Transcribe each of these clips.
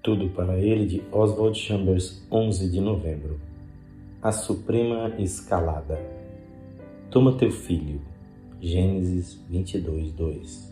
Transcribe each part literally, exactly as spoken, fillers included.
Tudo para ele, de Oswald Chambers, onze de novembro. A Suprema Escalada. Toma teu filho. Gênesis vinte e dois, dois.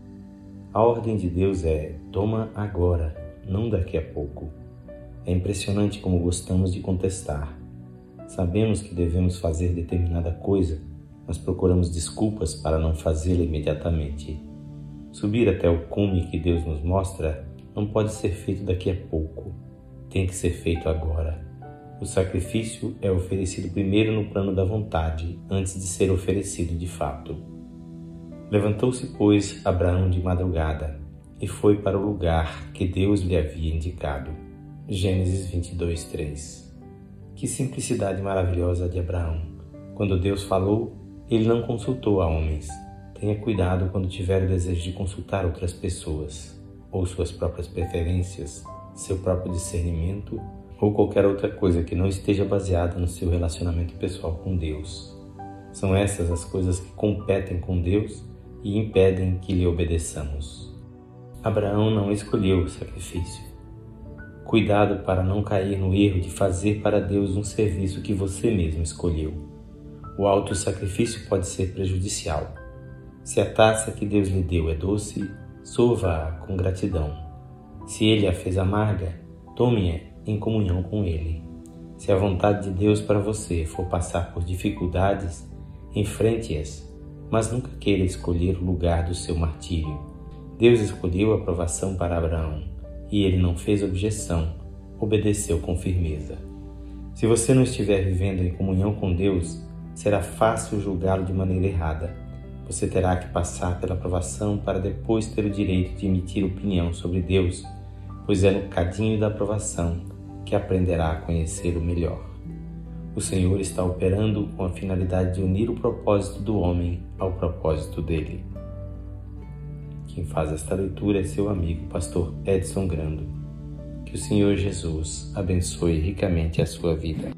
A ordem de Deus é: toma agora, não daqui a pouco. É impressionante como gostamos de contestar. Sabemos que devemos fazer determinada coisa, mas procuramos desculpas para não fazê-la imediatamente. Subir até o cume que Deus nos mostra não pode ser feito daqui a pouco. Tem que ser feito agora. O sacrifício é oferecido primeiro no plano da vontade, antes de ser oferecido de fato. Levantou-se, pois, Abraão de madrugada, e foi para o lugar que Deus lhe havia indicado. Gênesis vinte e dois, três. Que simplicidade maravilhosa de Abraão! Quando Deus falou, ele não consultou a homens. Tenha cuidado quando tiver o desejo de consultar outras pessoas, ou suas próprias preferências, seu próprio discernimento, ou qualquer outra coisa que não esteja baseada no seu relacionamento pessoal com Deus. São essas as coisas que competem com Deus e impedem que lhe obedeçamos. Abraão não escolheu o sacrifício. Cuidado para não cair no erro de fazer para Deus um serviço que você mesmo escolheu. O auto-sacrifício pode ser prejudicial. Se a taça que Deus lhe deu é doce, sorva-a com gratidão. Se Ele a fez amarga, tome-a em comunhão com Ele. Se a vontade de Deus para você for passar por dificuldades, enfrente-as, mas nunca queira escolher o lugar do seu martírio. Deus escolheu a aprovação para Abraão, e ele não fez objeção, obedeceu com firmeza. Se você não estiver vivendo em comunhão com Deus, será fácil julgá-lo de maneira errada. Você terá que passar pela aprovação para depois ter o direito de emitir opinião sobre Deus, pois é no cadinho da aprovação que aprenderá a conhecer o melhor. O Senhor está operando com a finalidade de unir o propósito do homem ao propósito dele. Quem faz esta leitura é seu amigo, pastor Edson Grando. Que o Senhor Jesus abençoe ricamente a sua vida.